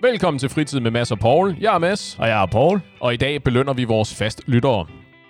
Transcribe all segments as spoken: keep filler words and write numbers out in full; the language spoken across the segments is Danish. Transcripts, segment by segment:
Velkommen til Fritid med Mads og Paul. Jeg er Mads. Og jeg er Paul. Og i dag belønner vi vores fastlyttere.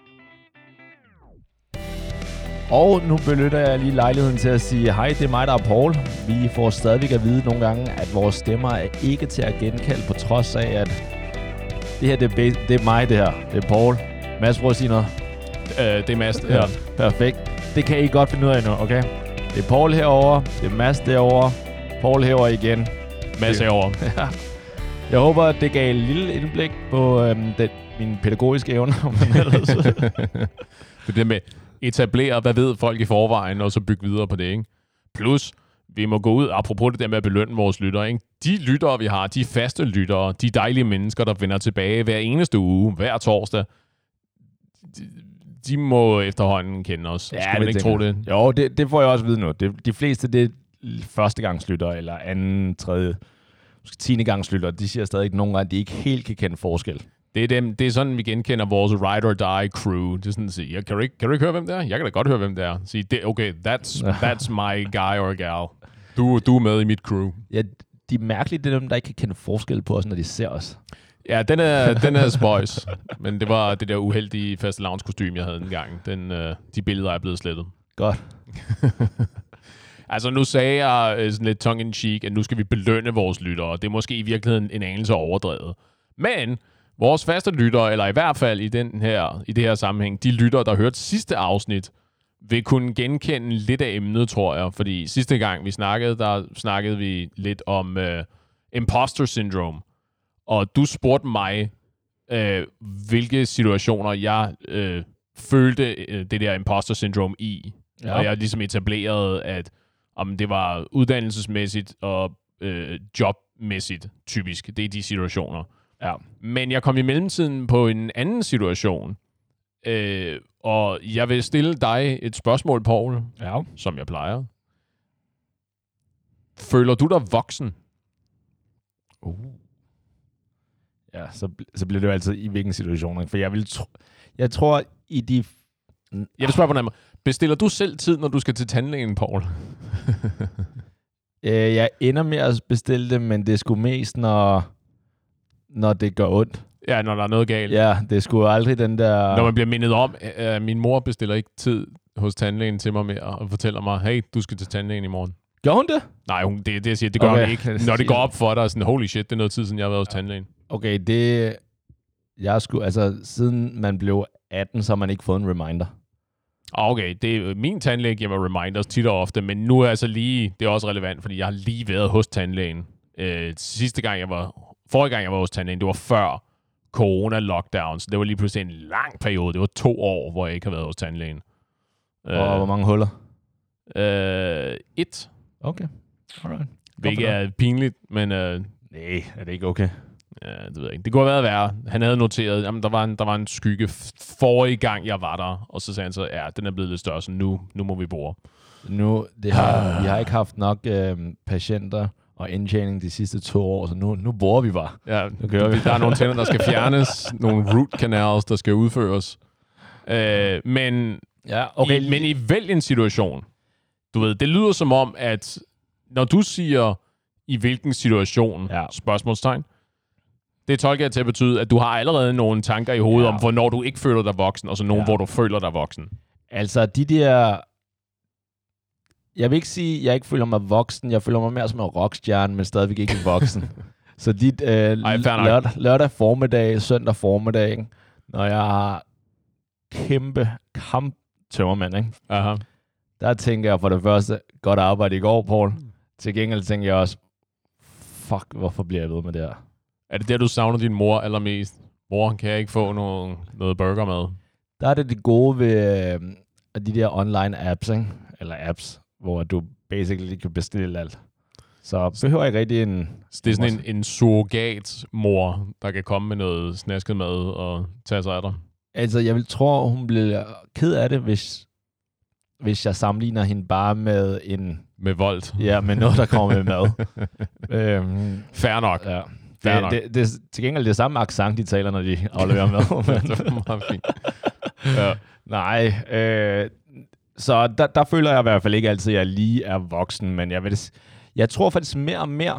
Og nu benytter jeg lige lejligheden til at sige, hej, det er mig, der er Paul. Vi får stadigvæk at vide nogle gange, at vores stemmer er ikke til at genkalde, på trods af, at det her, det er, bas- det er mig, det her. Det er Paul. Mads, prøv at sige noget. Øh, det er Mads, det her. Ja, perfekt. Det kan I godt finde ud af nu, okay? Det er Paul herover, det er Mads derovre, Paul herover igen. Mads herover. Ja. Jeg håber, at det gav et lille indblik på øhm, den, mine pædagogiske evner. Det der med etablere, hvad ved folk i forvejen, og så bygge videre på det, ikke? Plus, vi må gå ud, apropos det der med at belønne vores lyttere, ikke? De lyttere, vi har, de faste lyttere, de dejlige mennesker, der vender tilbage hver eneste uge, hver torsdag, de, de må efterhånden kende os. Ja, skal man ikke tro det? Jo, det, det får jeg også vide nu. Det, de fleste, det er førstegangslyttere, eller anden, tredje, måske tiende gangslyttere, de siger stadig ikke nogen gange, at de ikke helt kan kende forskel. Det er, dem, det er sådan, vi genkender vores ride or die crew. Det er sådan at sige, kan du, ikke, kan du ikke høre, hvem det er? Jeg kan da godt høre, hvem det er. Sige, det, okay, that's, that's my guy or gal. Du, du er med i mit crew. Ja, de er mærkelige, det er dem, der ikke kan kende forskel på os, når de ser os. Ja, den er, den er spøjs. Men det var det der uheldige fastelavnskostyme, jeg havde en gang. Den, øh, de billeder er blevet slettet. Godt. Altså, nu sagde jeg sådan lidt tongue-in-cheek, at nu skal vi belønne vores lyttere. Det er måske i virkeligheden en anelse overdrevet. Men vores faste lyttere, eller i hvert fald i, den her, i det her sammenhæng, de lyttere, der hørte sidste afsnit, vil kunne genkende lidt af emnet, tror jeg. Fordi sidste gang vi snakkede, der snakkede vi lidt om uh, imposter syndrome. Og du spurgte mig, uh, hvilke situationer jeg uh, følte uh, det der imposter syndrome i. Ja. Og jeg ligesom etablerede, at om det var uddannelsesmæssigt og uh, jobmæssigt typisk. Det er de situationer. Ja. Men jeg kom i mellemtiden på en anden situation, øh, og jeg vil stille dig et spørgsmål, Paul, ja. Som jeg plejer. Føler du dig voksen? Uh. Ja, så, så bliver det jo altid i hvilken situation. For jeg vil tro, jeg tror i de... Jeg vil spørge på den måde. Bestiller du selv tid, når du skal til tandlægen, Paul? øh, jeg ender med at bestille det, men det er sgu mest, når... Når det gør ondt. Ja, når der er noget galt. Ja, det er sgu aldrig den der... Når man bliver mindet om, at min mor bestiller ikke tid hos tandlægen til mig mere, og fortæller mig, hey, du skal til tandlægen i morgen. Gør hun det? Nej, hun, det, det jeg siger, det gør okay. Hun ikke. Når det går op for dig, sådan, holy shit, det er noget tid, siden jeg har været hos tandlægen. Okay, det... Jeg skulle, altså, siden man blev atten, så har man ikke fået en reminder. Okay, det, min tandlæge giver mig reminders tit og ofte, men nu er altså lige, det er også relevant, fordi jeg har lige været hos tandlægen. Øh, sidste gang, jeg var... Forrige gang, jeg var hos tandlægen, det var før corona-lockdown, så det var lige pludselig en lang periode. Det var to år, hvor jeg ikke har været hos tandlægen. Og uh, hvor mange huller? Uh, et. Okay. Alright. Hvilket er pinligt, men... Uh, Nej, er det ikke okay? Ja, det ved jeg ikke. Det kunne have været værre. Han havde noteret, at der var en, der var en skygge forrige gang, jeg var der. Og så sagde han så, ja, den er blevet lidt større, så nu, nu må vi bore. Nu, det har, vi har ikke haft nok øh, patienter og indtjening de sidste to år, så nu, nu borer vi bare. Ja, nu kører vi. Der er nogle tænder, der skal fjernes, nogle root canals, der skal udføres. Øh, men, ja, okay. i, men i vælg en situation, du ved, det lyder som om, at når du siger, i hvilken situation, ja. Spørgsmålstegn, det tolker jeg til at betyde, at du har allerede nogle tanker i hovedet ja. Om, hvornår du ikke føler dig voksen, og så nogle, ja. Hvor du føler dig voksen. Altså, de der... Jeg vil ikke sige, at jeg ikke føler mig voksen. Jeg føler mig mere som en rockstjerne, men stadigvæk ikke voksen. Så dit øh, Ej, lørdag, lørdag formiddag, søndag formiddag, ikke? Når jeg har kæmpe kamptømmermand, ikke? Aha. Der tænker jeg for det første, godt arbejde i går, Paul. Til gengæld tænker jeg også, fuck, hvorfor bliver jeg ved med det her? Er det der, du savner din mor allermest? Mor, kan jeg ikke få noget, noget burgermad? Der er det det gode ved øh, de der online apps, ikke? Eller apps, hvor du basically kan bestille alt. Så behøver jeg ikke rigtig en... Så det er sådan en, en surrogat-mor, der kan komme med noget snasket mad og tage sig af dig? Altså, jeg vil tro, hun bliver ked af det, hvis, hvis jeg sammenligner hende bare med en... Med Volt? Ja, med noget, der kommer med mad. øhm, Fair nok. Ja. Fair det, nok. Det, det er til gengæld det samme accent, de taler, når de afleverer mad. Det er meget fint. Ja. Nej, øh, så der, der føler jeg i hvert fald ikke altid, at jeg lige er voksen, men jeg, vil, jeg tror faktisk mere og mere,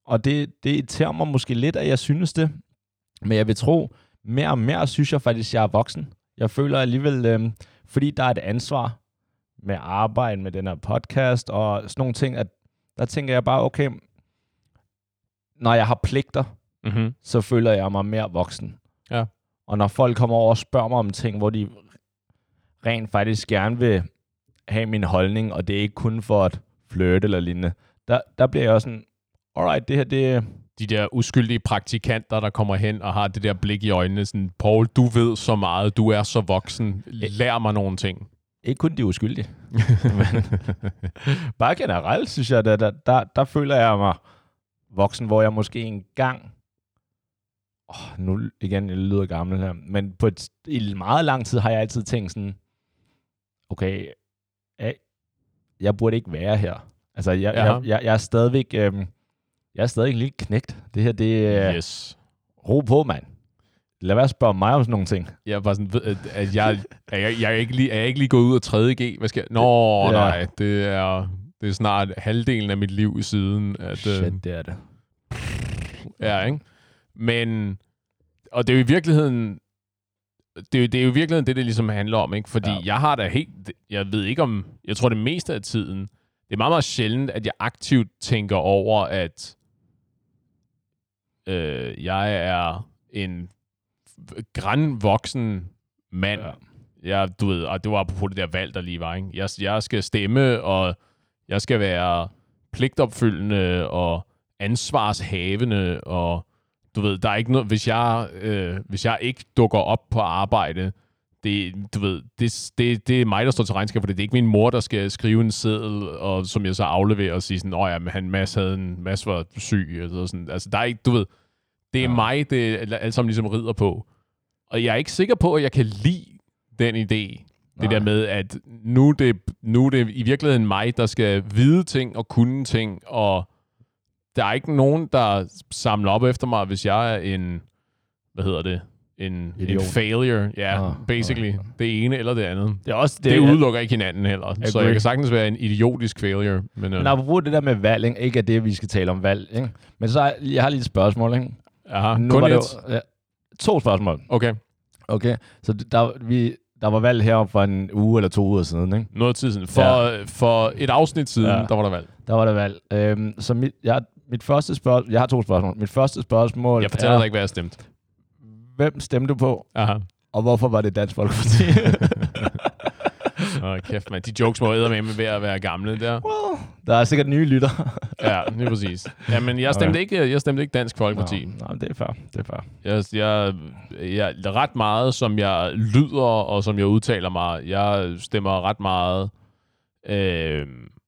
og det, det irriterer mig måske lidt, at jeg synes det. Men jeg vil tro, mere og mere synes jeg faktisk, at jeg er voksen. Jeg føler alligevel, øh, fordi der er et ansvar med arbejde med den her podcast og sådan nogle ting, at der tænker jeg bare, okay, når jeg har pligter, mm-hmm. så føler jeg mig mere voksen. Ja. Og når folk kommer over og spørger mig om ting, hvor de rent faktisk gerne vil have min holdning, og det er ikke kun for at flirte eller lignende, der, der bliver jeg også sådan, alright, det her, det... De der uskyldige praktikanter, der kommer hen og har det der blik i øjnene, sådan, Paul, du ved så meget, du er så voksen, lær mig nogle ting. Ikke kun de uskyldige. Men bare generelt, synes jeg, der, der, der, der føler jeg mig voksen, hvor jeg måske engang, oh, nu igen, jeg lyder gammel her, men på et, i meget lang tid har jeg altid tænkt sådan, okay, jeg, jeg burde ikke være her. Altså, jeg, jeg, jeg, jeg er stadigvæk, øhm, jeg er stadig lidt knægt. Det her, det er, yes. Ro på, mand. Lad være at spørge mig om sådan nogle ting. Jeg er bare sådan, at jeg, er, jeg, jeg er, ikke lige, er jeg ikke lige gået ud af tredje G? Hvad skal jeg? Nå, ja. nej, det er, det er snart halvdelen af mit liv i siden. At, Shit, øh, det er det. Ja, ikke? Men, og det er jo i virkeligheden, det er jo, det er jo i virkeligheden det, det ligesom handler om, ikke? Fordi ja. jeg har da helt, jeg ved ikke om, jeg tror det meste af tiden, det er meget, meget sjældent, at jeg aktivt tænker over, at øh, jeg er en grandvoksen mand. Ja. Jeg, du ved, og det var apropos det der valg, der lige var, ikke? Jeg, jeg skal stemme, og jeg skal være pligtopfyldende og ansvarshavende, og du ved, der er ikke noget, hvis jeg, øh, hvis jeg ikke dukker op på arbejde, det, du ved, det, det, det er mig, der står til regnskab for det. Det er ikke min mor, der skal skrive en seddel, og som jeg så afleverer og sige sådan, åh ja, men han Mads havde en, Mads var syg, og sådan. Altså, der er ikke, du ved, det er ja. mig, det er alt sammen ligesom rider på. Og jeg er ikke sikker på, at jeg kan lide den idé. Det Nej. der med, at nu er det, nu er det i virkeligheden mig, der skal vide ting og kunne ting, og der er ikke nogen, der samler op efter mig, hvis jeg er en, hvad hedder det, en, en failure. Ja, yeah, ah, basically. Ah, ah. Det ene eller det andet. Det, er også det, det udelukker jeg, ikke hinanden heller. Agree. Så jeg kan sagtens være en idiotisk failure. Men, men apropos det der med valg, ikke, ikke er det, vi skal tale om valg. Ikke? Men så jeg har lige et spørgsmål. Ikke? Aha, nu kun et? Det, ja, to spørgsmål. Okay. Okay, så der, vi, der var valg her for en uge eller to uger siden, ikke? Noget tid siden. For, ja. for et afsnit siden, ja. der var der valg. Der var der valg. Øhm, så mit, jeg, mit første spørgsmål... Jeg har to spørgsmål. Mit første spørgsmål Jeg fortæller er, dig ikke, hvad jeg stemte. Hvem stemte du på? Aha. Og hvorfor var det Dansk Folkeparti? Åh, oh, kæft, man. De jokes må æde med med ved at være gamle der. Well, der er sikkert nye lytter. Ja, lige præcis. Ja, men jeg stemte, okay. ikke, jeg stemte ikke Dansk Folkeparti. Nej, no, det er fair. Det er fair. Jeg, jeg, jeg, ret meget, som jeg lyder, og som jeg udtaler mig, jeg stemmer ret meget øh,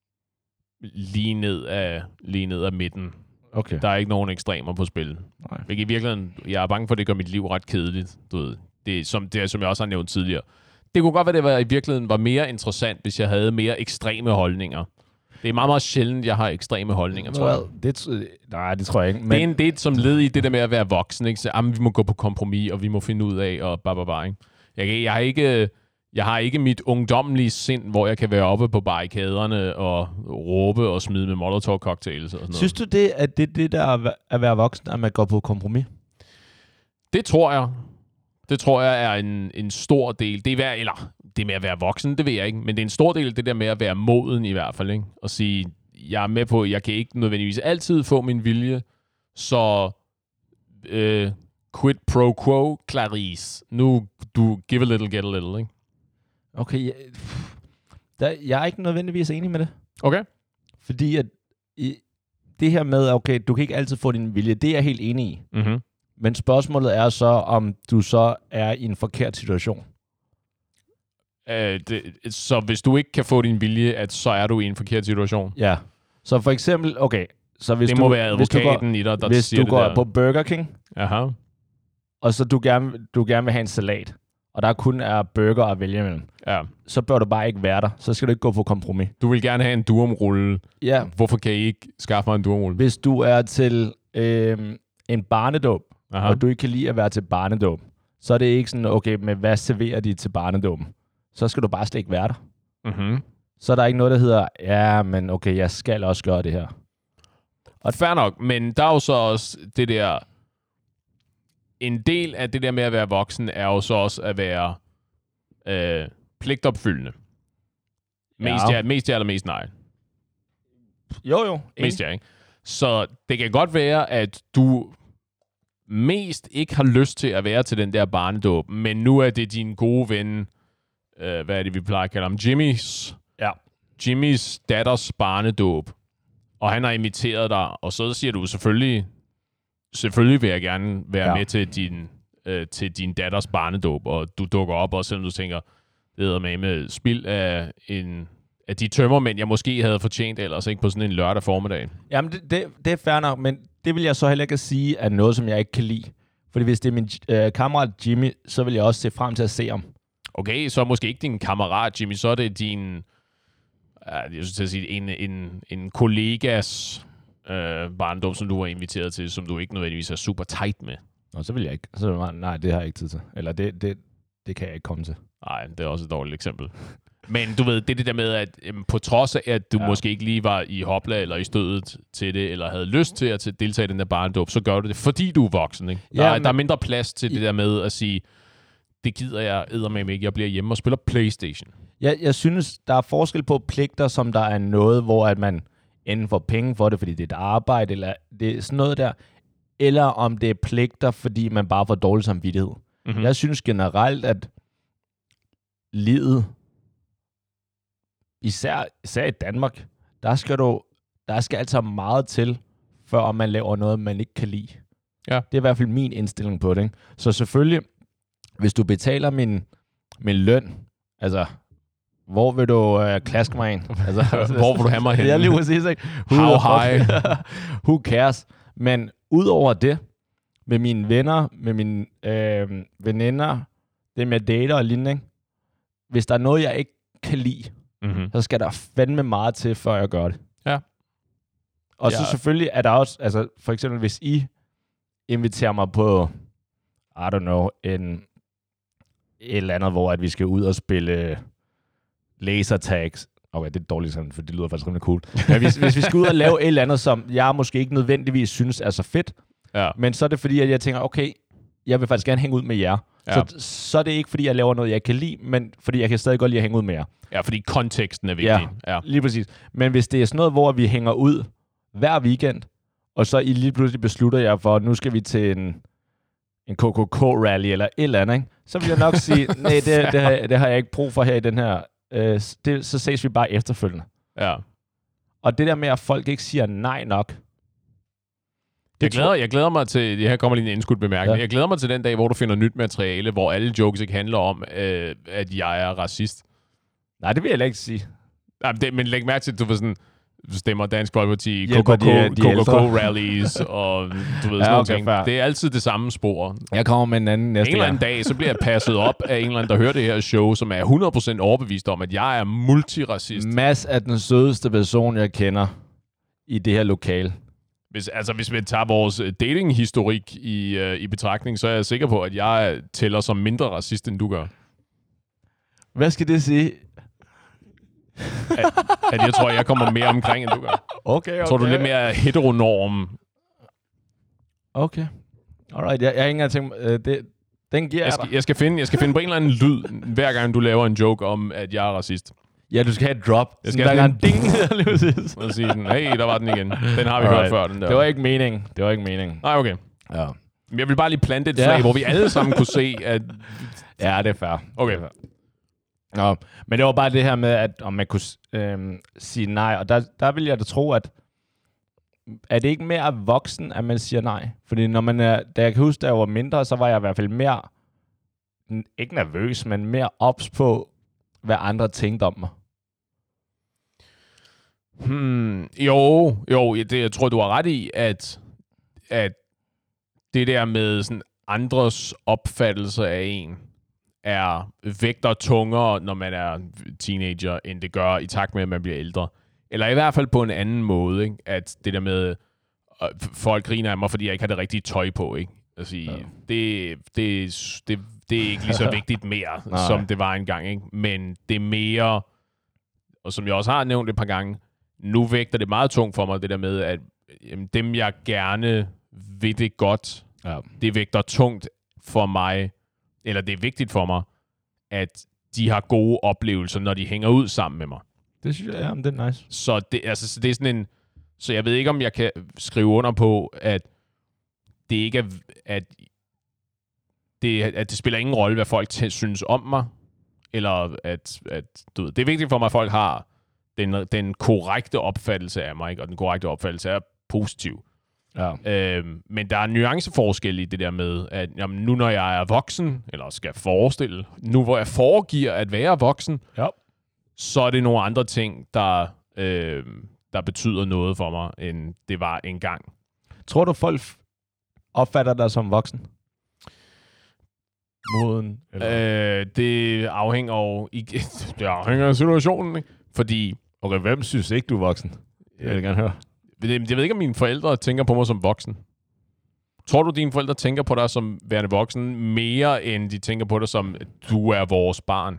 lige, ned af, lige ned af midten. Okay. Der er ikke nogen ekstremer på spil. Nej. I virkeligheden, jeg er bange for, at det gør mit liv ret kedeligt. Du ved. Det, som, det, som jeg også har nævnt tidligere. Det kunne godt være, at det var, i virkeligheden var mere interessant, hvis jeg havde mere ekstreme holdninger. Det er meget, meget sjældent, jeg har ekstreme holdninger, tror jeg. Det, nej, det tror jeg ikke. Men... Det er en det som led i det der med at være voksen, ikke? Så jamen, vi må gå på kompromis, og vi må finde ud af, og bare, bare, ikke? Jeg, jeg, har ikke, jeg har ikke mit ungdommelige sind, hvor jeg kan være oppe på barrikaderne og råbe og smide med Molotov-cocktails og sådan noget. Synes du det, at det det der at være voksen, at man går på kompromis? Det tror jeg. Det tror jeg er en, en stor del. Det er være, eller det med at være voksen, det ved jeg ikke, men det er en stor del af det der med at være moden i hvert fald, ikke? Og sige, jeg er med på, jeg kan ikke nødvendigvis altid få min vilje, så øh, quid pro quo, Clarice. Nu, du give a little, get a little, ikke? Okay, jeg, der, jeg er ikke nødvendigvis enig med det. Okay. Fordi at i, det her med, okay, du kan ikke altid få din vilje, det er jeg helt enig i. Mhm. Men spørgsmålet er så, om du så er i en forkert situation. Øh, det, så hvis du ikke kan få din vilje, at så er du i en forkert situation? Ja. Så for eksempel, okay. Så hvis det du, må være advokaten går, i dig, der hvis siger du det går der. på Burger King, Aha. og så du gerne, du gerne vil have en salat, og der kun er burger at vælge imellem, ja. så bør du bare ikke være der. Så skal du ikke gå på kompromis. Du vil gerne have en durumrulle. Ja. Hvorfor kan I ikke skaffe mig en durumrulle? Hvis du er til øh, en barnedåb, Aha. og du ikke kan lide at være til barnedåb, så er det ikke sådan, okay, men hvad serverer de til barnedåben? Så skal du bare slet ikke være der. Mm-hmm. Så er der ikke noget, der hedder, ja, men okay, jeg skal også gøre det her. Og fair nok, men der er jo så også det der... En del af det der med at være voksen, er jo så også at være øh, pligtopfyldende. Mest ja. ja, mest ja eller mest nej. Jo, jo. Mest ja, ikke? Så det kan godt være, at du mest ikke har lyst til at være til den der barnedåb, men nu er det din gode ven, øh, hvad er det, vi plejer at kalde ham, Jimmys, ja. Jimmys datters barnedåb, og han har inviteret dig, og så siger du selvfølgelig, selvfølgelig vil jeg gerne være ja. med til din, øh, til din datters barnedåb, og du dukker op, og selvom du tænker, det hedder med med spild af en... af de tømmermænd, jeg måske havde fortjent ellers, ikke på sådan en lørdag formiddag. Jamen, det, det, det er fair nok, men det vil jeg så heller ikke sige er noget, som jeg ikke kan lide. Fordi hvis det er min øh, kammerat Jimmy, så vil jeg også se frem til at se ham. Okay, så er måske ikke din kammerat Jimmy, så er det din, øh, jeg synes sige, en, en, en kollegas øh, barndom, som du var inviteret til, som du ikke nødvendigvis er super tight med. Nå, så vil jeg ikke. Så, nej, det har jeg ikke tid til. Eller det, det, det kan jeg ikke komme til. Nej, det er også et dårligt eksempel. Men du ved, det er det der med, at øhm, på trods af, at du ja. måske ikke lige var i hopla eller i stødet til det, eller havde lyst til at deltage i den der barndåb, så gør du det, fordi du er voksen. Ikke? Der, ja, men... der er mindre plads til det der med at sige, det gider jeg eddermame ikke, jeg bliver hjemme og spiller PlayStation. Jeg, jeg synes, der er forskel på pligter, som der er noget, hvor at man enten får penge for det, fordi det er et arbejde, eller det er sådan noget der, eller om det er pligter, fordi man bare får dårlig samvittighed. Mm-hmm. Jeg synes generelt, at livet, især, især i Danmark, der skal du, der skal altså meget til, før man laver noget, man ikke kan lide. Ja. Det er i hvert fald min indstilling på det. Ikke? Så selvfølgelig, hvis du betaler min, min løn, altså, hvor vil du øh, klaske mig ind? Altså, hvor vil du have mig hen? Jeg lige præcis, ikke? How high? Who cares? Men udover det, med mine venner, med mine øh, veninder, det med dater og lignende, ikke? Hvis der er noget, jeg ikke kan lide, mm-hmm. så skal der fandme meget til, før jeg gør det. Ja. Og ja. så selvfølgelig er der også, altså for eksempel, hvis I inviterer mig på, I don't know, en, et eller andet, hvor at vi skal ud og spille laser tags. Okay, det er dårligt sådan, for det lyder faktisk rimelig cool. Men hvis, hvis vi skal ud og lave et eller andet, som jeg måske ikke nødvendigvis synes er så fedt, ja. men så er det fordi, at jeg tænker, okay, jeg vil faktisk gerne hænge ud med jer. Ja. Så, så er det ikke, fordi jeg laver noget, jeg kan lide, men fordi jeg kan stadig godt lide at hænge ud med jer. Ja, fordi konteksten er vigtig. Ja, ja. lige præcis. Men hvis det er sådan noget, hvor vi hænger ud hver weekend, og så I lige pludselig beslutter jer for, at nu skal vi til en, en K K K-rally eller et eller andet, ikke? Så vil jeg nok sige, nej, det, det, har, det har jeg ikke brug for her i den her. Øh, det, så ses vi bare efterfølgende. Ja. Og det der med, at folk ikke siger nej nok. Jeg glæder, jeg glæder mig til, her kommer lige en indskudt bemærkning, ja. Jeg glæder mig til den dag, hvor du finder nyt materiale, hvor alle jokes ikke handler om, øh, at jeg er racist. Nej, det vil jeg ikke sige. Nej, det, men læg mærke til, at du vil sådan, stemmer Dansk Folkeparti, K K K-rallies, og du ved, sådan ja, okay, ting. Fair. Det er altid det samme spor. Jeg kommer med en anden næste En eller anden dag, så bliver jeg passet op af en eller anden, der hører det her show, som er hundrede procent overbevist om, at jeg er multiracist. Mads er den sødeste person, jeg kender i det her lokale. Hvis, altså, hvis vi tager vores datinghistorik i, uh, i betragtning, så er jeg sikker på, at jeg tæller som mindre racist, end du gør. Hvad skal det sige? At, at jeg tror, jeg kommer mere omkring, end du gør. Okay, okay. Jeg tror, du er lidt mere heteronorm. Okay. Alright, jeg, jeg har ikke engang tænkt uh, det, den giver jeg skal, jeg, skal finde, jeg skal finde på en eller anden lyd, hver gang du laver en joke om, at jeg er racist. Ja, du skal have et drop. Jeg skal have en ding. Og sige den, hey, der var den igen. Den har vi Alright. hørt før, den der. Det var ikke meningen. Det var ikke meningen. Nej, okay. Ja. Jeg vil bare lige plante et flag, ja. hvor vi alle sammen kunne se, at... Ja, det er fair. Okay. Nå, men det var bare det her med, at om man kunne øhm, sige nej. Og der, der vil jeg da tro, at er det ikke mere voksen, at man siger nej? Fordi når man er, da jeg kan huske, da jeg var mindre, så var jeg i hvert fald mere, ikke nervøs, men mere ops på, hvad andre tænkte om mig. Hmm, jo, jo, det, jeg tror, du har ret i, at, at det der med sådan andres opfattelse af en, er vægter tungere, når man er teenager, end det gør i takt med, at man bliver ældre. Eller i hvert fald på en anden måde, ikke? At det der med, øh, folk griner af mig, fordi jeg ikke har det rigtige tøj på, ikke? Altså, ja. det, det, det, det er ikke lige så vigtigt mere, som det var engang, ikke? Men det er mere, og som jeg også har nævnt et par gange, nu vægter det meget tungt for mig, det der med, at jamen, dem, jeg gerne vil det godt, ja. det vægter tungt for mig, eller det er vigtigt for mig, at de har gode oplevelser, når de hænger ud sammen med mig. Det synes jeg, ja, det er nice. Så det, altså, så det er sådan en... Så jeg ved ikke, om jeg kan skrive under på, at det ikke er... At det, at det spiller ingen rolle, hvad folk t- synes om mig, eller at... at du ved, det er vigtigt for mig, at folk har den, den korrekte opfattelse af mig, ikke? Og den korrekte opfattelse er positiv. Ja. Øhm, men der er nuanceforskel i det der med, at jamen, nu når jeg er voksen, eller skal forestille, nu hvor jeg foregiver at være voksen, ja. så er det nogle andre ting, der, øh, der betyder noget for mig, end det var engang. Tror du, folk opfatter dig som voksen? Moden? Eller? Øh, det afhænger jo det afhænger af situationen, ikke? Fordi... Okay, hvem synes ikke, du er voksen? Jeg vil gerne høre. Jeg ved ikke, om mine forældre tænker på mig som voksen. Tror du, dine forældre tænker på dig som værende voksen mere, end de tænker på dig som, du er vores barn?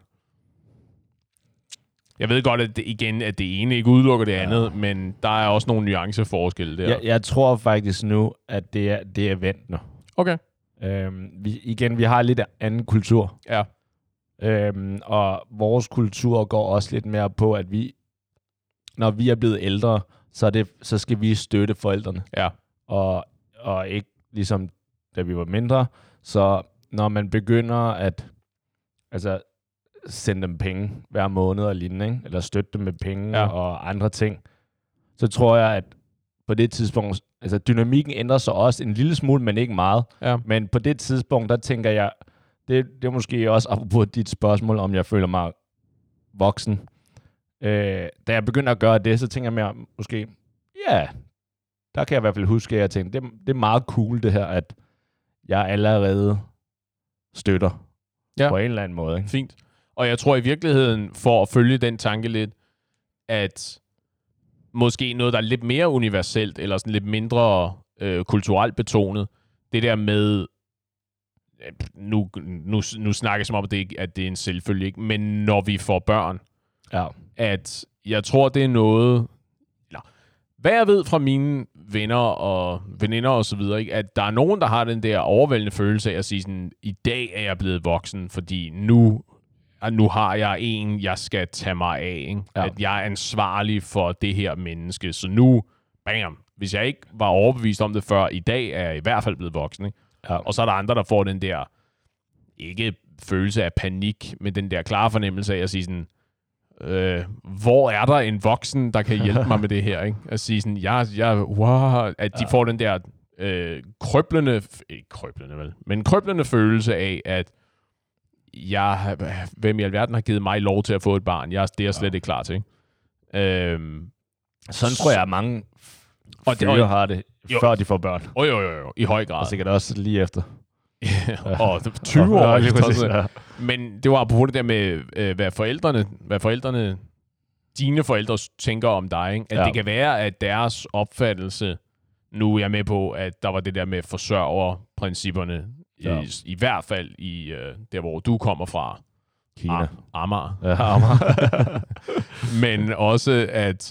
Jeg ved godt, at det, igen, at det ene ikke udelukker det andet, ja. Men der er også nogle nuanceforskelle der. Jeg, jeg tror faktisk nu, at det er, det er vendt nu. Okay. Øhm, vi, igen, vi har lidt anden kultur. Ja. Øhm, og vores kultur går også lidt mere på, at vi, når vi er blevet ældre, så, er det, så skal vi støtte forældrene. Ja. Og, og ikke ligesom, da vi var mindre. Så når man begynder at altså, sende dem penge hver måned og lignende, ikke? Eller støtte dem med penge ja. Og andre ting, så tror jeg, at på det tidspunkt, altså dynamikken ændrer sig også en lille smule, men ikke meget. Ja. Men på det tidspunkt, der tænker jeg, det, det er måske også apropos dit spørgsmål, om jeg føler mig voksen. Øh, da jeg begynder at gøre det, så tænker jeg mere, måske, ja, der kan jeg i hvert fald huske, at jeg tænkte, det, det er meget cool det her, at jeg allerede støtter ja. På en eller anden måde. Ikke? Fint. Og jeg tror i virkeligheden, for at følge den tanke lidt, at måske noget, der er lidt mere universelt, eller sådan lidt mindre øh, kulturelt betonet, det der med, nu, nu, nu snakker jeg som om, at det, at det er en selvfølge, ikke? Men når vi får børn, ja. At jeg tror, det er noget, eller, hvad jeg ved fra mine venner og veninder og så videre, ikke? At der er nogen, der har den der overvældende følelse af at sige sådan, i dag er jeg blevet voksen, fordi nu, nu har jeg en, jeg skal tage mig af, ikke? Ja. At jeg er ansvarlig for det her menneske, så nu, bam, hvis jeg ikke var overbevist om det før, i dag er jeg i hvert fald blevet voksen, ikke? Ja. Og så er der andre, der får den der, ikke følelse af panik, men den der klare fornemmelse af at sige sådan, Øh, hvor er der en voksen, der kan hjælpe mig med det her, ikke? At sige sådan, jeg, jeg, wow, at de ja. Får den der øh, krøblende, ikke krøblende vel, men krøblende følelse af, at jeg, hvem i alverden har givet mig lov til at få et barn? Jeg, det er jeg slet ja. Ikke klar til, ikke? Øhm, Sådan tror jeg, at mange og fyre har det, jo. Før de får børn. Jo, jo, jo, jo, i høj grad. Og sikkert også lige efter. og tyve år efter. Ja. Men det var apropos det der med, øh, hvad forældrene, hvad forældrene, dine forældre tænker om dig, ikke? At ja. Det kan være, at deres opfattelse, nu er jeg med på, at der var det der med forsørgerprincipperne, ja. i, i hvert fald i øh, der, hvor du kommer fra. Kina. Am- Amager. Ja, Amager. Men også, at,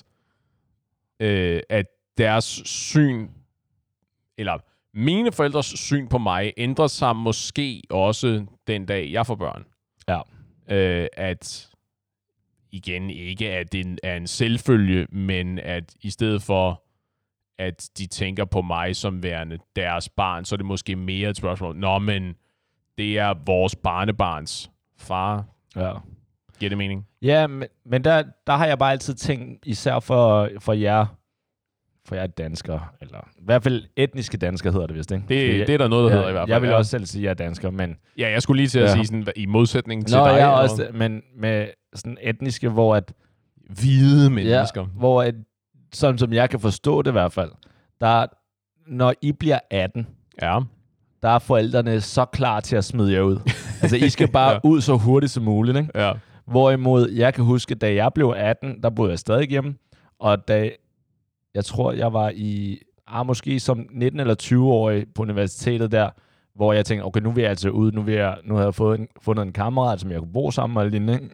øh, at deres syn, eller mine forældres syn på mig ændrer sig måske også den dag, jeg får børn. Ja. Øh, at igen ikke, at det er en selvfølge, men at i stedet for, at de tænker på mig som værende deres barn, så er det måske mere et spørgsmål. Nå, men det er vores barnebarns far. Ja. Giver det mening? Ja, men, men der, der har jeg bare altid tænkt, især for, for jer, for jeg er dansker, eller i hvert fald etniske danskere hedder det vist, ikke? Det, jeg, det er der noget, der ja, hedder i hvert fald. Jeg vil ja. også selv sige, at jeg er dansker, men... Ja, jeg skulle lige til at ja. sige sådan, i modsætning til Nå, dig. Nå, jeg også det, men med sådan etniske, hvor at... Hvide mennesker. Ja, hvor at, sådan som jeg kan forstå det i hvert fald, der, når I bliver atten, ja. Der er forældrene så klar til at smide jer ud. Altså, I skal bare ja. Ud så hurtigt som muligt, ikke? Ja. Hvorimod, jeg kan huske, da jeg blev atten, der boede jeg stadig hjemme, og da jeg tror, jeg var i, ah, måske som nitten eller tyve-årig på universitetet der, hvor jeg tænkte, okay, nu vil jeg altså ud, nu, vil jeg, nu har jeg fået en, fundet en kammerat, som jeg kunne bo sammen med, og lignende.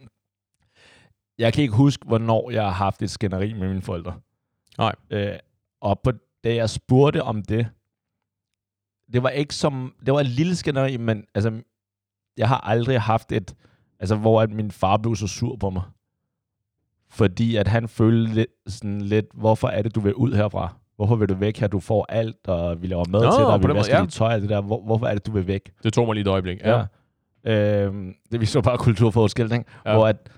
Jeg kan ikke huske, hvornår jeg har haft et skænderi med mine forældre. Nej. Øh, og på, da jeg spurgte om det, det var ikke som, det var et lille skænderi, men altså, jeg har aldrig haft et, altså, hvor at min far blev så sur på mig. Fordi at han følte lidt, sådan lidt, hvorfor er det, du vil ud herfra? Hvorfor vil du væk her? Du får alt, og vi laver mad Nå, til dig, vi vasker ja. dit tøj, alt det der. Hvor, hvorfor er det, du vil væk? Det tog mig lige et øjeblik, ja. ja. Øhm, det vi så bare kulturforskel, ikke? Ja. Hvor at,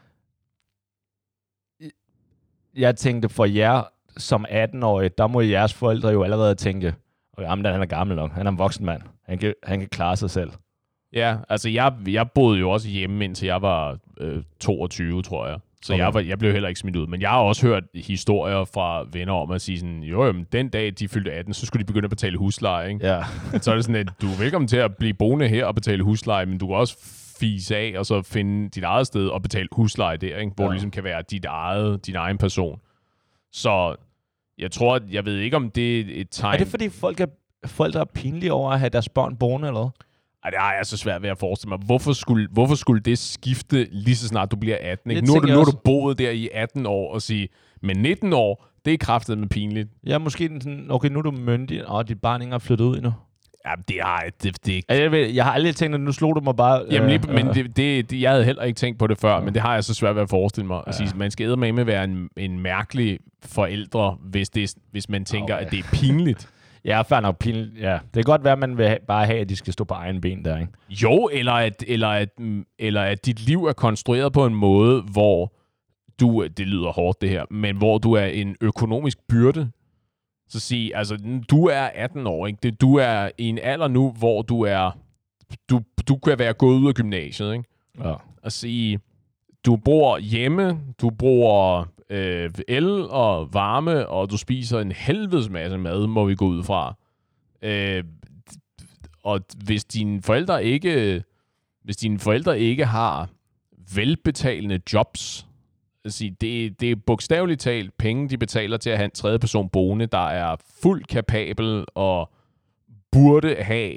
jeg tænkte, for jer som atten-årig, der må jeres forældre jo allerede tænke, okay, jamen, han er gammel nok, han er en voksen mand, han kan, han kan klare sig selv. Ja, altså jeg, jeg boede jo også hjemme, indtil jeg var øh, toogtyve, tror jeg. Så okay. jeg, var, jeg blev heller ikke smidt ud. Men jeg har også hørt historier fra venner om at sige sådan, jo, jo, den dag de fyldte atten, så skulle de begynde at betale husleje, ikke? Ja. Så er det sådan, at du er velkommen til at blive boende her og betale husleje, men du kan også fise af og så finde dit eget sted og betale husleje der, ikke? Hvor ja. du ligesom kan være dit eget, din egen person. Så jeg tror, jeg ved ikke, om det er et tegn. Er det fordi folk er, forældre er pinlige over at have deres børn boende, eller hvad? Ej, det har jeg så svært ved at forestille mig. Hvorfor skulle, hvorfor skulle det skifte lige så snart du bliver atten? Ikke? Nu har du, nu du boet der i atten år og sige, men nitten år, det er kraftedeme pinligt. Ja, måske sådan, okay, nu er du myndig, og dit barn ikke er flyttet ud endnu. Ja, det har jeg... Det, det... Jeg, ved, jeg har aldrig tænkt, at nu slog du mig bare... Jamen, lige, øh, men det, det, det, jeg havde heller ikke tænkt på det før, ja. Men det har jeg så svært ved at forestille mig. Ja. At sige, man skal eddermame være en, en mærkelig forældre, hvis, det, hvis man tænker, okay. at det er pinligt. Ja, fair nok pinligt. Ja. Det kan godt være, at man vil ha- bare have, at de skal stå på egen ben der, ikke? Jo, eller at, eller, at, eller at dit liv er konstrueret på en måde, hvor du... Det lyder hårdt, det her. Men hvor du er en økonomisk byrde. Så sige, altså, du er atten år, ikke? Det, du er i en alder nu, hvor du er... Du, du kan være gået ud af gymnasiet, ikke? Ja. At sige, du bor hjemme, du bruger øh, el og varme, og du spiser en helvedes masse mad, må vi gå ud fra. Øh, og hvis dine forældre ikke... Hvis dine forældre ikke har velbetalende jobs... Altså, det, det er bogstaveligt talt penge, de betaler til at have en tredje person boende, der er fuldt kapabel og burde have,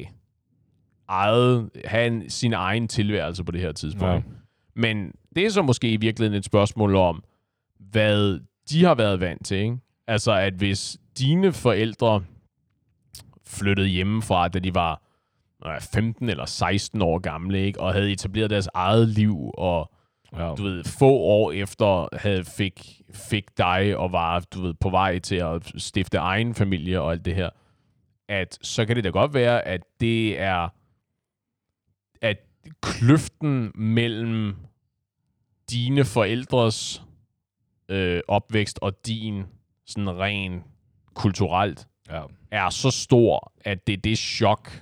eget, have en, sin egen tilværelse på det her tidspunkt. Ja. Men det er så måske i virkeligheden et spørgsmål om, hvad de har været vant til. Ikke? Altså, at hvis dine forældre flyttede hjemmefra, da de var femten eller seksten år gamle, ikke? Og havde etableret deres eget liv, og ja. Du ved, få år efter havde fik, fik dig og var, du ved, på vej til at stifte egen familie og alt det her, at så kan det da godt være, at det er, at kløften mellem dine forældres øh, opvækst og din sådan ren kulturelt ja. Er så stor, at det er det chok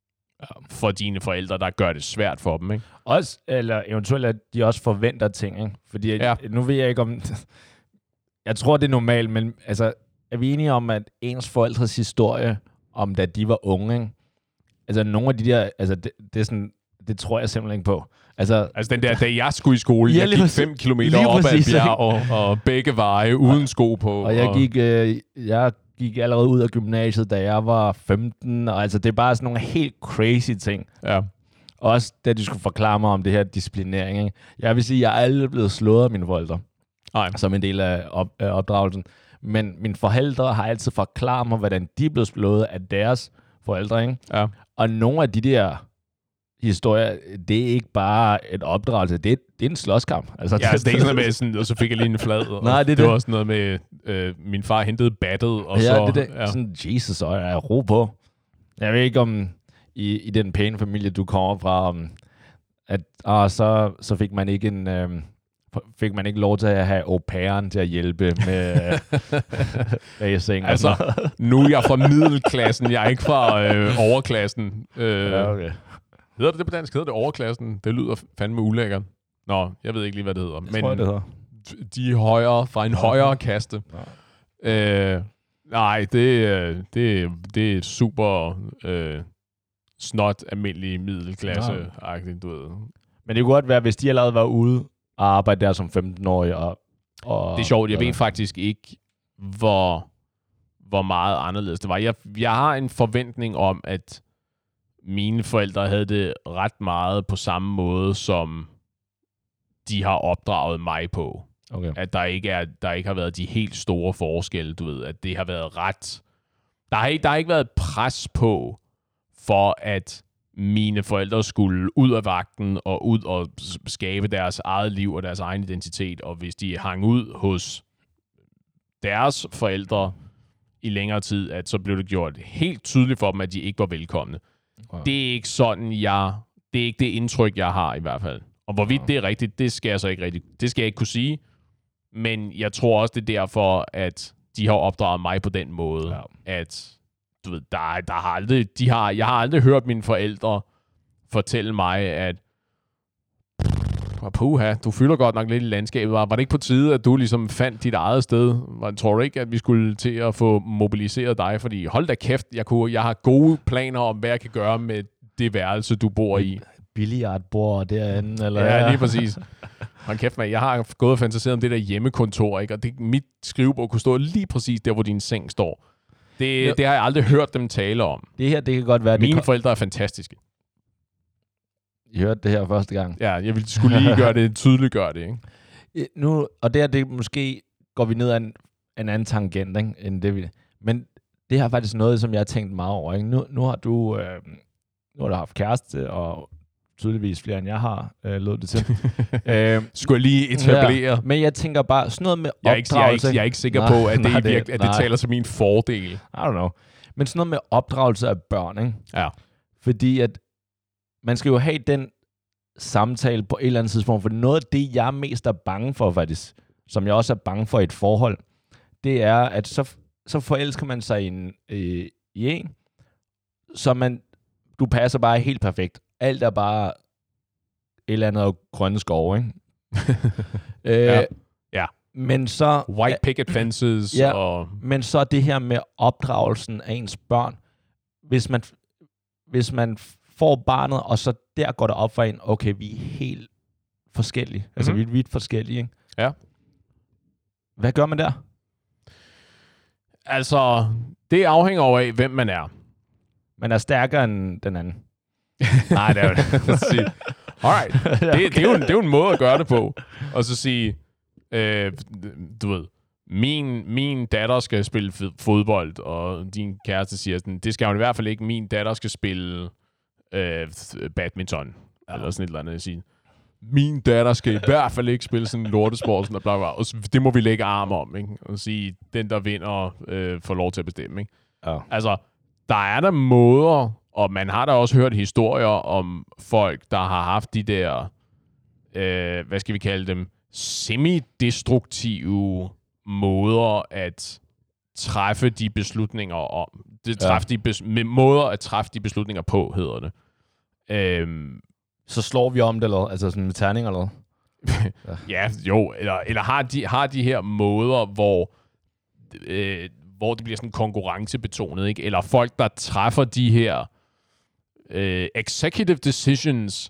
for dine forældre, der gør det svært for dem, ikke? Også, eller eventuelt, at de også forventer ting, ikke? Fordi ja. Nu ved jeg ikke om... jeg tror, det er normalt, men altså, er vi enige om, at ens forældres historie, om da de var unge, ikke? Altså, nogle af de der... Altså, det, det er sådan... Det tror jeg simpelthen ikke på. Altså, altså den der, da jeg skulle i skole, ja, jeg gik fem kilometer op ad et bjerg og, og begge veje uden og, sko på. Og jeg gik... Øh, jeg gik allerede ud af gymnasiet, da jeg var femten, og altså, det er bare sådan nogle helt crazy ting. Ja. Også da de skulle forklare mig om det her disciplinering, ikke? Jeg vil sige, at jeg er aldrig blevet slået af mine forældre. Nej. Som en del af, op, af opdragelsen. Men mine forældre har altid forklaret mig, hvordan de blev slået af deres forældre, ikke? Ja. Og nogle af de der historier, det er ikke bare et opdragelse, det er, det er en slåskamp. Altså, ja, altså, det er ikke sådan med, sådan, og så fik jeg lige en flad. Og Nej, det er det. det. var også noget med, øh, min far hentede battet, og ja, så... Det, det, ja, sådan, Jesus, og jeg er ro på. Jeg ved ikke, om i, i den pæne familie, du kommer fra, om, at ah, så, så fik man ikke en... Øh, fik man ikke lov til at have au pairen til at hjælpe med racing. Altså, nu er jeg fra middelklassen, jeg er ikke fra øh, overklassen. Øh, ja, okay. Hedder det det på dansk? Hedder det overklassen? Det lyder fandme ulækkert. Nå, jeg ved ikke lige, hvad det hedder. Jeg men tror, det hedder. De er højere, fra en ja. højere kaste. Ja. Øh, nej, det, det, det er super øh, snot almindelig middelklasse-agtigt, du ved. Men det kunne godt være, hvis de allerede var ude og arbejde der som femten-årige. Og, og, det er sjovt, jeg ved faktisk ikke, hvor, hvor meget anderledes det var. Jeg, jeg har en forventning om, at mine forældre havde det ret meget på samme måde, som de har opdraget mig på. Okay. At der ikke, er, der ikke har været de helt store forskelle, du ved. At det har været ret Der har, ikke, der har ikke været pres på, for at mine forældre skulle ud af vagten og ud og skabe deres eget liv og deres egen identitet. Og hvis de hang ud hos deres forældre i længere tid, at så blev det gjort helt tydeligt for dem, at de ikke var velkomne. Wow. Det er ikke sådan, jeg... Det er ikke det indtryk, jeg har i hvert fald. Og hvorvidt wow. det er rigtigt, det skal jeg så ikke rigtigt... Det skal jeg ikke kunne sige. Men jeg tror også, det er derfor, at de har opdraget mig på den måde, ja. at du ved, der, der har aldrig... De har, jeg har aldrig hørt mine forældre fortælle mig, at puha, du fylder godt nok lidt i landskabet. Var, var det ikke på tide, at du ligesom fandt dit eget sted? Var, tror du ikke, at vi skulle til at få mobiliseret dig? Fordi hold da kæft, jeg, kunne, jeg har gode planer om, hvad jeg kan gøre med det værelse, du bor i. Billiardbord derinde, eller? Ja, lige præcis. Hold kæft, man. Jeg har gået og fantaseret om det der hjemmekontor, ikke? Og det, mit skrivebord kunne stå lige præcis der, hvor din seng står. Det, det har jeg aldrig hørt dem tale om. Det her, det kan godt være... Mine det forældre er fantastiske. I hørte det her første gang. Ja, jeg ville skulle lige gøre det, tydeligt gøre det, ikke? Nu, og det her, det måske går vi ned ad en, en anden tangent, ikke, end det vi... Men det er faktisk noget, som jeg har tænkt meget over, ikke? Nu, nu har du... Øh, nu har du haft kæreste, og tydeligvis flere, end jeg har, øh, lød det til. øh, Skulle jeg lige etablere? Ja, men jeg tænker bare, sådan noget med jeg er ikke, opdragelse... Jeg er ikke, jeg er ikke sikker nej, på, at det, nej, virke, at det taler til min fordel. I don't know. Men sådan noget med opdragelse af børn, ikke? Ja. Fordi at man skal jo have den samtale på et eller andet tidspunkt, for noget af det, jeg mest er bange for faktisk, som jeg også er bange for i et forhold, det er, at så, så forelsker man sig i en, øh, i en, så man, du passer bare helt perfekt. Alt er bare et eller andet grønne skove, ikke? øh, ja. ja. Men så... White picket fences ja, og... men så det her med opdragelsen af ens børn. Hvis man, hvis man får barnet, og så der går det op for en, okay, vi er helt forskellige. Mm-hmm. Altså, vi er vidt forskellige, ikke? Ja. Hvad gør man der? Altså, det afhænger over af, hvem man er. Man er stærkere end den anden. Nej, det er jo det. Alright. Det, okay. det, er jo en, det er jo en måde at gøre det på. Og så sige, øh, du ved, min, min datter skal spille fodbold, og din kæreste siger sådan, det skal hun i hvert fald ikke. Min datter skal spille øh, badminton. Ja. Eller sådan et eller andet at sige. Min datter skal i hvert fald ikke spille sådan en lortesport, sådan, og bla, bla, og det må vi lægge arm om, ikke? Og sige, den der vinder øh, får lov til at bestemme, ikke? Ja. Altså, der er der måder, og man har da også hørt historier om folk, der har haft de der, øh, hvad skal vi kalde dem, semi-destruktive måder at træffe de beslutninger om. Det, træffe ja. de bes- med måder at træffe de beslutninger på, hedder det. Øhm, Så slår vi om det, eller altså sådan med terninger, eller ja. ja, jo, eller, eller har, de, har de her måder, hvor, øh, hvor det bliver sådan konkurrencebetonet, ikke? Eller folk, der træffer de her øh, executive decisions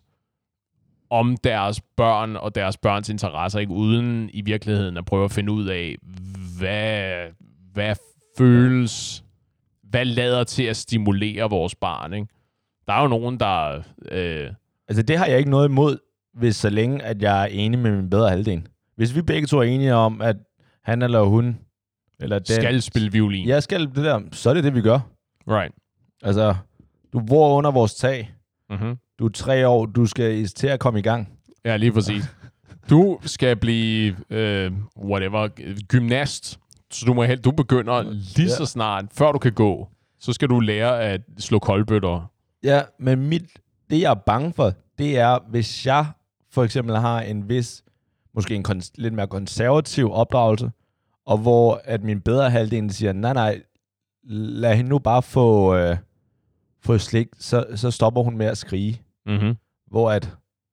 om deres børn og deres børns interesser, ikke? Uden i virkeligheden at prøve at finde ud af, hvad, hvad føles, hvad lader til at stimulere vores barn, ikke? Der er jo nogen, der... Øh, altså, det har jeg ikke noget imod, hvis så længe, at jeg er enig med min bedre halvdel. Hvis vi begge to er enige om, at han eller hun... Eller den, skal spille violin. Ja, skal det der. Så er det det, vi gør. Right. Altså, du bor under vores tag. Mm-hmm. Du er tre år. Du skal til at komme i gang. Ja, lige præcis. Du skal blive, øh, whatever, gymnast. Så du, må helt, du begynder lige ja. så snart, før du kan gå, så skal du lære at slå koldbøtter. Ja, men mit, det jeg er bange for, det er, hvis jeg for eksempel har en vis, måske en kon- lidt mere konservativ opdragelse, og hvor at min bedre halvdel siger, nej, nej, lad hende nu bare få, øh, få slik, så, så stopper hun med at skrige. Mm-hmm. Hvor at,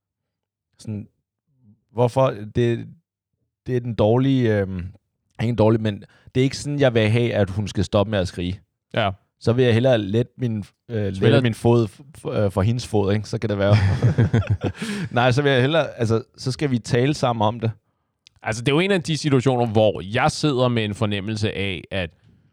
sådan, hvorfor, det, det er den dårlige, øh, ikke dårlig, men det er ikke sådan, jeg vil have, at hun skal stoppe med at skrige. Ja. Så vil jeg hellere lette min, øh, lette min fod for, øh, for hendes fod, ikke? Så kan det være. Nej, så vil jeg hellere, altså, så skal vi tale sammen om det. Altså, det er jo en af de situationer, hvor jeg sidder med en fornemmelse af, at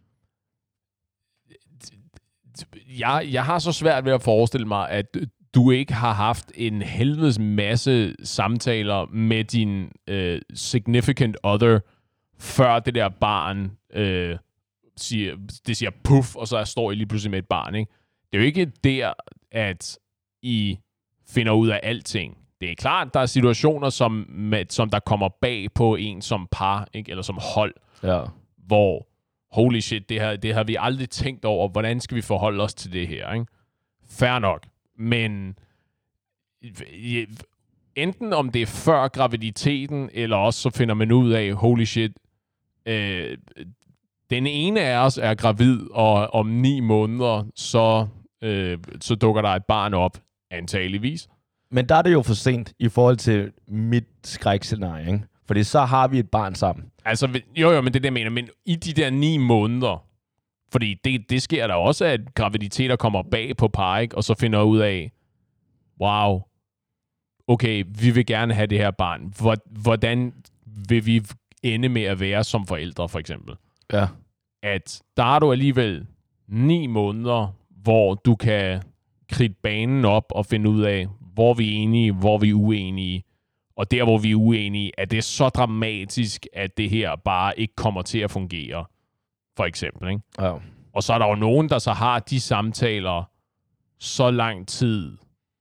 jeg, jeg har så svært ved at forestille mig, at du ikke har haft en helvedes masse samtaler med din øh, significant other, før det der barn øh, siger, det siger puff, og så står I lige pludselig med et barn, ikke? Det er jo ikke der, at I finder ud af alting. Det er klart, der er situationer, som, med, som der kommer bag på en som par, ikke? Eller som hold, ja. hvor holy shit, det her, det har vi aldrig tænkt over. Hvordan skal vi forholde os til det her, ikke? Fair nok. Men enten om det er før graviditeten, eller også så finder man ud af, holy shit, øh, den ene af os er gravid, og om ni måneder, så, øh, så dukker der et barn op, antageligvis. Men der er det jo for sent i forhold til mit skrækscenarie, ikke? Fordi så har vi et barn sammen. Altså, jo jo, men det er det, jeg mener. Men i de der ni måneder, fordi det, det sker der også, at graviditeter kommer bag på par, ikke? Og så finder ud af, wow, okay, vi vil gerne have det her barn. Hvordan vil vi ende med at være som forældre, for eksempel? Ja. At der er du alligevel ni måneder, hvor du kan kridte banen op og finde ud af, hvor vi er enige, hvor vi er uenige. Og der, hvor vi er uenige, er det så dramatisk, at det her bare ikke kommer til at fungere, for eksempel. Ikke? Ja. Og så er der jo nogen, der så har de samtaler så lang tid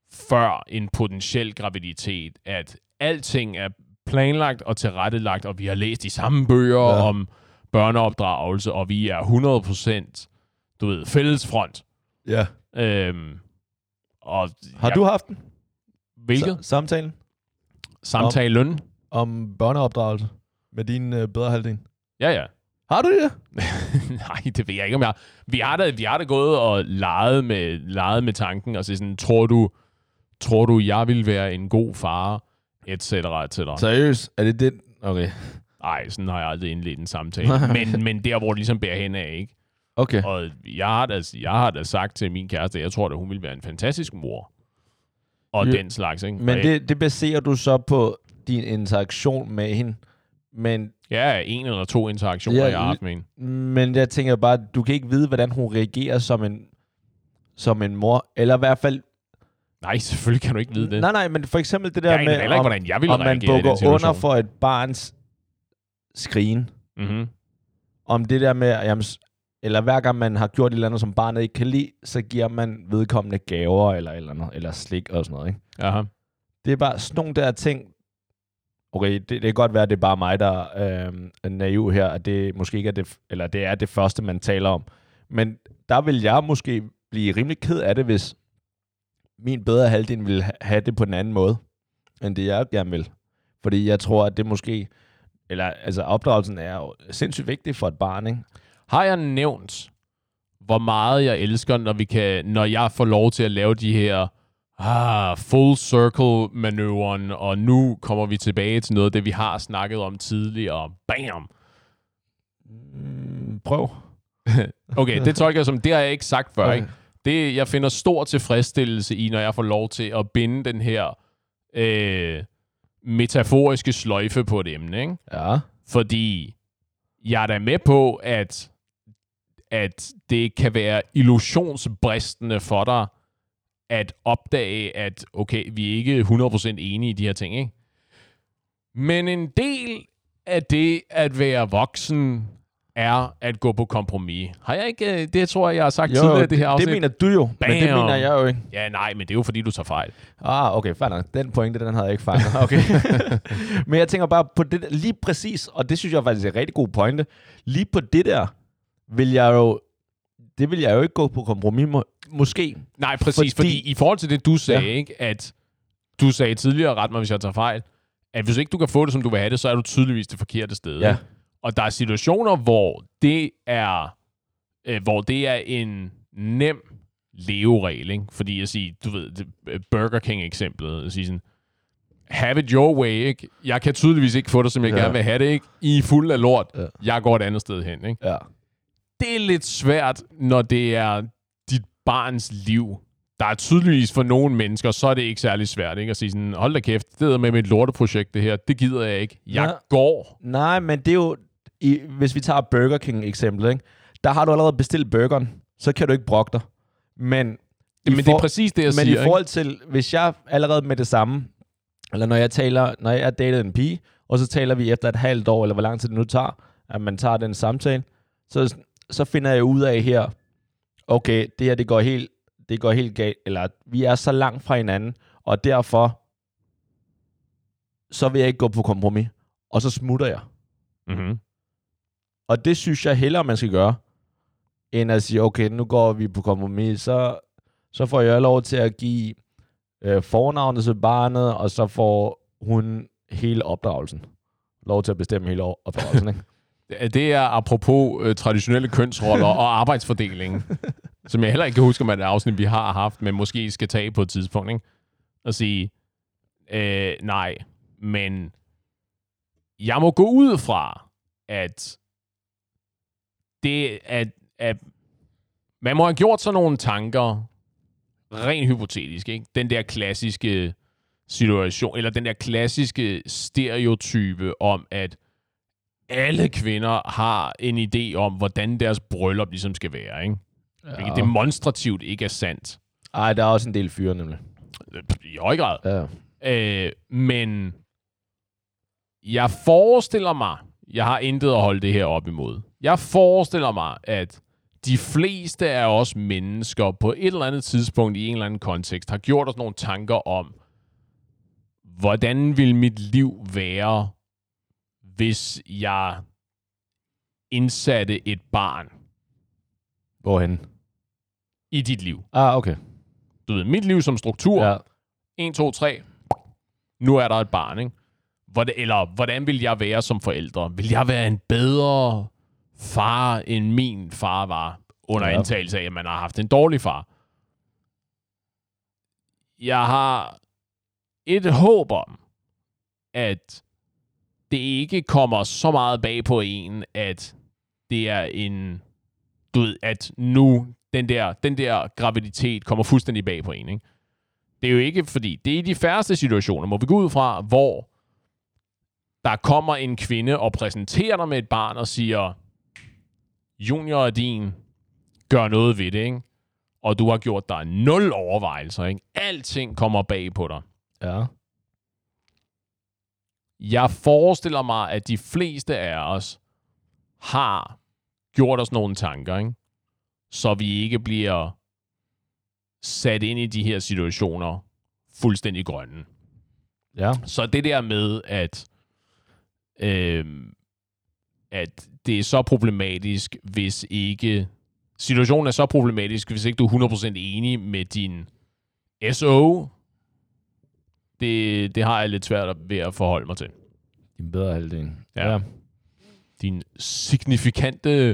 før en potentiel graviditet, at alting er planlagt og tilrettelagt, og vi har læst de samme bøger ja. om børneopdragelse, og vi er hundrede procent, du ved, fællesfront. Ja. Øhm, og har jeg, du haft den? Hvilket? S- samtalen? Samtalen? Om, om børneopdragelse med din øh, bedre halvdel? Ja, ja. Har du det? Nej, det ved jeg ikke, om jeg Vi har da, vi har da gået og leget med, leget med tanken, og så sådan, tror du, tror du, jeg vil være en god far, et cetera, et cetera. Seriøst? Er det det? Okay. Nej, sådan har jeg aldrig indledt en samtale. men, men der, hvor det ligesom bærer hen af, ikke? Okay. Og jeg har, da, jeg har da sagt til min kæreste, at jeg tror, at hun vil være en fantastisk mor. Og jo, den slags, ikke? Men det, det baserer du så på din interaktion med hende. Men ja, en eller to interaktioner, ja, jeg har haft med hende. Men jeg tænker bare, du kan ikke vide, hvordan hun reagerer som en, som en mor. Eller i hvert fald... Nej, selvfølgelig kan du ikke vide det. Nej, nej, men for eksempel det der jeg med, ikke, om, hvordan jeg vil om man bukker under for et barns skrigen. Mm-hmm. Om det der med, jamen, eller hver gang man har gjort et eller andet, som barnet ikke kan lide, så giver man vedkommende gaver eller, eller, noget, eller slik og sådan noget, ikke? Aha. Det er bare sådan nogle der ting. Okay, det, det kan godt være, at det er bare mig, der øh, er naiv her, at det måske ikke er det, eller det er det første, man taler om. Men der vil jeg måske blive rimelig ked af det, hvis min bedre halvdel ville have det på en anden måde, end det jeg gerne vil. Fordi jeg tror, at det måske, eller altså opdragelsen er jo sindssygt vigtig for et barn, ikke? Har jeg nævnt, hvor meget jeg elsker, når vi kan, når jeg får lov til at lave de her ah, full circle manøvren, og nu kommer vi tilbage til noget af det, vi har snakket om tidligere. Bam! Mm, prøv. Okay, det tolker jeg som, det har jeg ikke sagt før, okay. Ikke? Det, jeg finder stor tilfredsstillelse i, når jeg får lov til at binde den her øh, metaforiske sløjfe på et emne, ikke? Ja. Fordi jeg er da med på, at, at det kan være illusionsbristende for dig, at opdage, at okay, vi er ikke hundrede procent enige i de her ting, ikke? Men en del af det at være voksen er at gå på kompromis. Har jeg ikke, det tror jeg, jeg har sagt jo, tidligere, det her afsnit. Det mener du jo, Bam. Men det mener jeg jo ikke. Ja, nej, men det er jo fordi, du tager fejl. Ah, okay, fair nok. Den pointe, den havde jeg ikke fanget. Okay. Men jeg tænker bare på det der, lige præcis, og det synes jeg faktisk er en rigtig god pointe. Lige på det der, vil jeg jo, det vil jeg jo ikke gå på kompromis må, måske. Nej, præcis, fordi, fordi i forhold til det, du sagde, ja. Ikke, at du sagde tidligere, ret mig, hvis jeg tager fejl, at hvis ikke du kan få det, som du vil have det, så er du tydeligvis det forkerte sted. Ja. Og der er situationer, hvor det er, øh, hvor det er en nem leveregel, ikke? Fordi jeg siger, du ved, Burger King-eksemplet, at sige sådan, have it your way, ikke? Jeg kan tydeligvis ikke få det, som jeg ja. gerne vil have det, ikke? I er fuld af lort. Ja. Jeg går et andet sted hen, ikke? Ja. Det er lidt svært, når det er dit barns liv. Der er tydeligvis for nogle mennesker, så er det ikke særlig svært, ikke? At sige sådan, hold da kæft, det er med mit lorteprojekt, det her. Det gider jeg ikke. Jeg ja. går. Nej, men det er jo, i, hvis vi tager Burger King-eksemplet, ikke? Der har du allerede bestilt burgeren, så kan du ikke brokke dig. Men, men det er præcis det, jeg men siger. Men i forhold til, ikke? Hvis jeg allerede med det samme, eller når jeg taler, når jeg dater en pige, og så taler vi efter et halvt år, eller hvor lang tid det nu tager, at man tager den samtale, så, så finder jeg ud af her, okay, det her, det går helt, det går helt galt, eller vi er så langt fra hinanden, og derfor, så vil jeg ikke gå på kompromis, og så smutter jeg. Mm-hmm. Og det synes jeg hellere, man skal gøre, end at sige, okay, nu går vi på kompromis, så, så får jeg lov til at give øh, fornavnet til barnet, og så får hun hele opdragelsen. Lov til at bestemme hele opdragelsen, ikke? Det er apropos øh, traditionelle kønsroller og arbejdsfordeling, som jeg heller ikke kan huske, om det er afsnit, vi har haft, men måske skal tage på et tidspunkt, ikke? Og sige, øh, nej, men jeg må gå ud fra, at det at, at man må have gjort sådan nogle tanker, rent hypotetisk, ikke? Den der klassiske situation, eller den der klassiske stereotype om, at alle kvinder har en idé om, hvordan deres bryllup ligesom skal være, ikke? Ja. Demonstrativt ikke er sandt. Ej, der er også en del fyre, nemlig. I høj grad. Ja. Øh, men jeg forestiller mig, jeg har intet at holde det her op imod. Jeg forestiller mig, at de fleste af os mennesker på et eller andet tidspunkt i en eller anden kontekst har gjort os nogle tanker om, hvordan vil mit liv være, hvis jeg indsatte et barn. Hvorhen? I dit liv. Ah, okay. Du ved, mit liv som struktur. Ja. en, to, tre. Nu er der et barn, ikke? Hvordan, eller hvordan vil jeg være som forældre? Vil jeg være en bedre far, end min far var? Under ja. antagelse af, at man har haft en dårlig far. Jeg har et håb om, at det ikke kommer så meget bag på en, at det er en, du ved, at nu den der, den der graviditet kommer fuldstændig bag på en, ikke? Det er jo ikke, fordi det er i de færreste situationer, må vi gå ud fra, hvor der kommer en kvinde og præsenterer dig med et barn og siger, Junior er din, gør noget ved det, ikke? Og du har gjort dig nul overvejelser, ikke? Alting kommer bag på dig. Ja. Jeg forestiller mig, at de fleste af os har gjort os nogle tanker, ikke? Så vi ikke bliver sat ind i de her situationer fuldstændig grønne. Ja. Så det der med, at, øh, at det er så problematisk, hvis ikke... Situationen er så problematisk, hvis ikke du er hundrede procent enig med din S O. Det, det har jeg lidt svært ved at forholde mig til. Din bedre halvdel. Ja. ja. Din signifikante...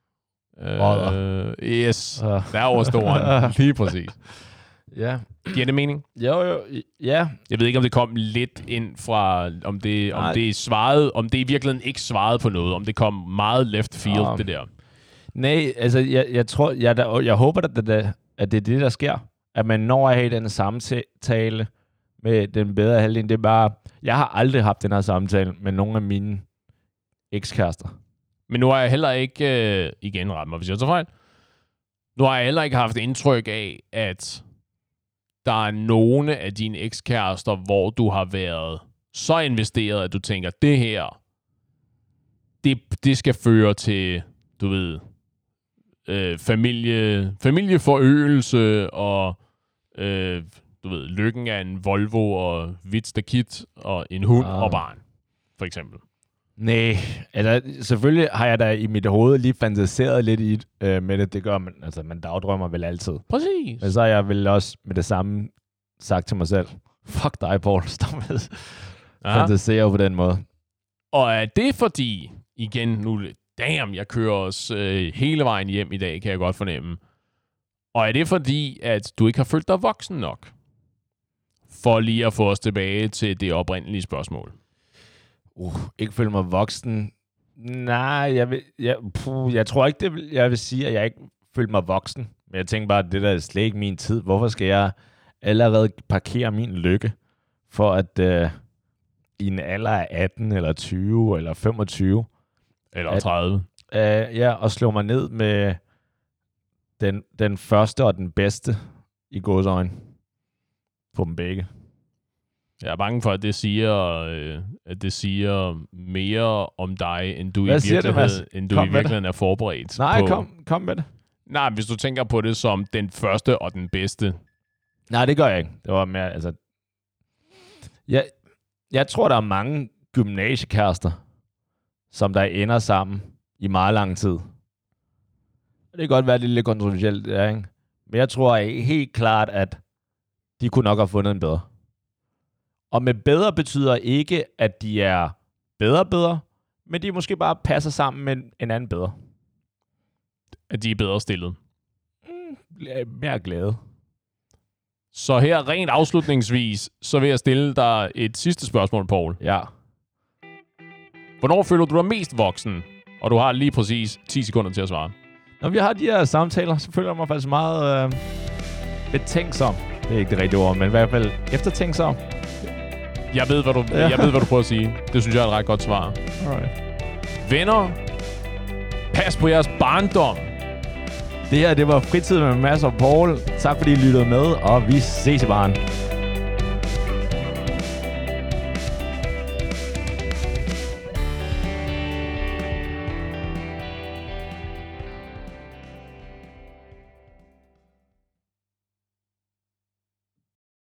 Øh, yes, uh. der overstår han. Lige præcis. Ja. Giver det mening? Jo, jo, ja. Jeg ved ikke, om det kom lidt ind fra, om det, om det svarede, om det i virkeligheden ikke svarede på noget, om det kom meget left field, ja. det der. Nej, altså, jeg, jeg tror, jeg, der, jeg håber, at det, at det er det, der sker. At man når at have den samtale med den bedre halvdel. Det er bare, jeg har aldrig haft den her samtale med nogle af mine ekskærester. Men nu har jeg heller ikke, øh, igen ret mig, hvis jeg tager fejl, nu har jeg heller ikke haft indtryk af, at der er nogle af dine ekskærester, hvor du har været så investeret, at du tænker, det her, det, det skal føre til, du ved, øh, familie, familieforøgelse og, øh, du ved, lykken af en Volvo og hvidt stakit og en hund ah. og barn, for eksempel. Nej, altså selvfølgelig har jeg da i mit hoved lige fantaseret lidt i øh, med det. Det gør man, altså man dagdrømmer vel altid. Præcis. Men så har jeg vel også med det samme sagt til mig selv, fuck dig, Paul, stop med at fantasere på den måde. Og er det fordi, igen nu, damn, jeg kører os øh, hele vejen hjem i dag, kan jeg godt fornemme. Og er det fordi, at du ikke har følt dig voksen nok? For lige at få os tilbage til det oprindelige spørgsmål. Uh, ikke føle mig voksen. Nej, jeg, vil, jeg, puh, jeg tror ikke, det vil, jeg vil sige, at jeg ikke føler mig voksen. Men jeg tænker bare, at det der er slet ikke min tid. Hvorfor skal jeg allerede parkere min lykke for at uh, i en alder af atten eller tyve eller femogtyve eller tredive at, uh, ja, og slå mig ned med den, den første og den bedste i gåseøjne på dem begge. Jeg er bange for, at det siger, øh, at det siger mere om dig, end du Hvad i virkeligheden, det, end du i virkeligheden er forberedt Nej, på. kom, kom med det. Nej, hvis du tænker på det som den første og den bedste. Nej, det gør jeg ikke. Det var mere, altså... Jeg, jeg tror, der er mange gymnasiekærester, som der ender sammen i meget lang tid. Det kan godt være, det er lidt kontroversielt, det er, ikke? Men jeg tror helt klart, at de kunne nok have fundet en bedre. Og med bedre betyder ikke, at de er bedre bedre, men de måske bare passer sammen med en anden bedre. At de er bedre stillet. Mm, mere glade. Så her rent afslutningsvis, så vil jeg stille dig et sidste spørgsmål, Poul. Ja. Hvornår føler du dig mest voksen? Og du har lige præcis ti sekunder til at svare. Når vi har de her samtaler, så føler jeg mig faktisk meget øh, betænksom. Det er ikke det rigtige ord, men i hvert fald eftertænksom. Jeg ved, hvad du, ja. jeg ved, hvad du prøver at sige. Det synes jeg er et ret godt svar. Alright. Venner, pas på jeres barndom. Det her, det var Fritid med Mads og Poul. Tak fordi I lyttede med, og vi ses i baren.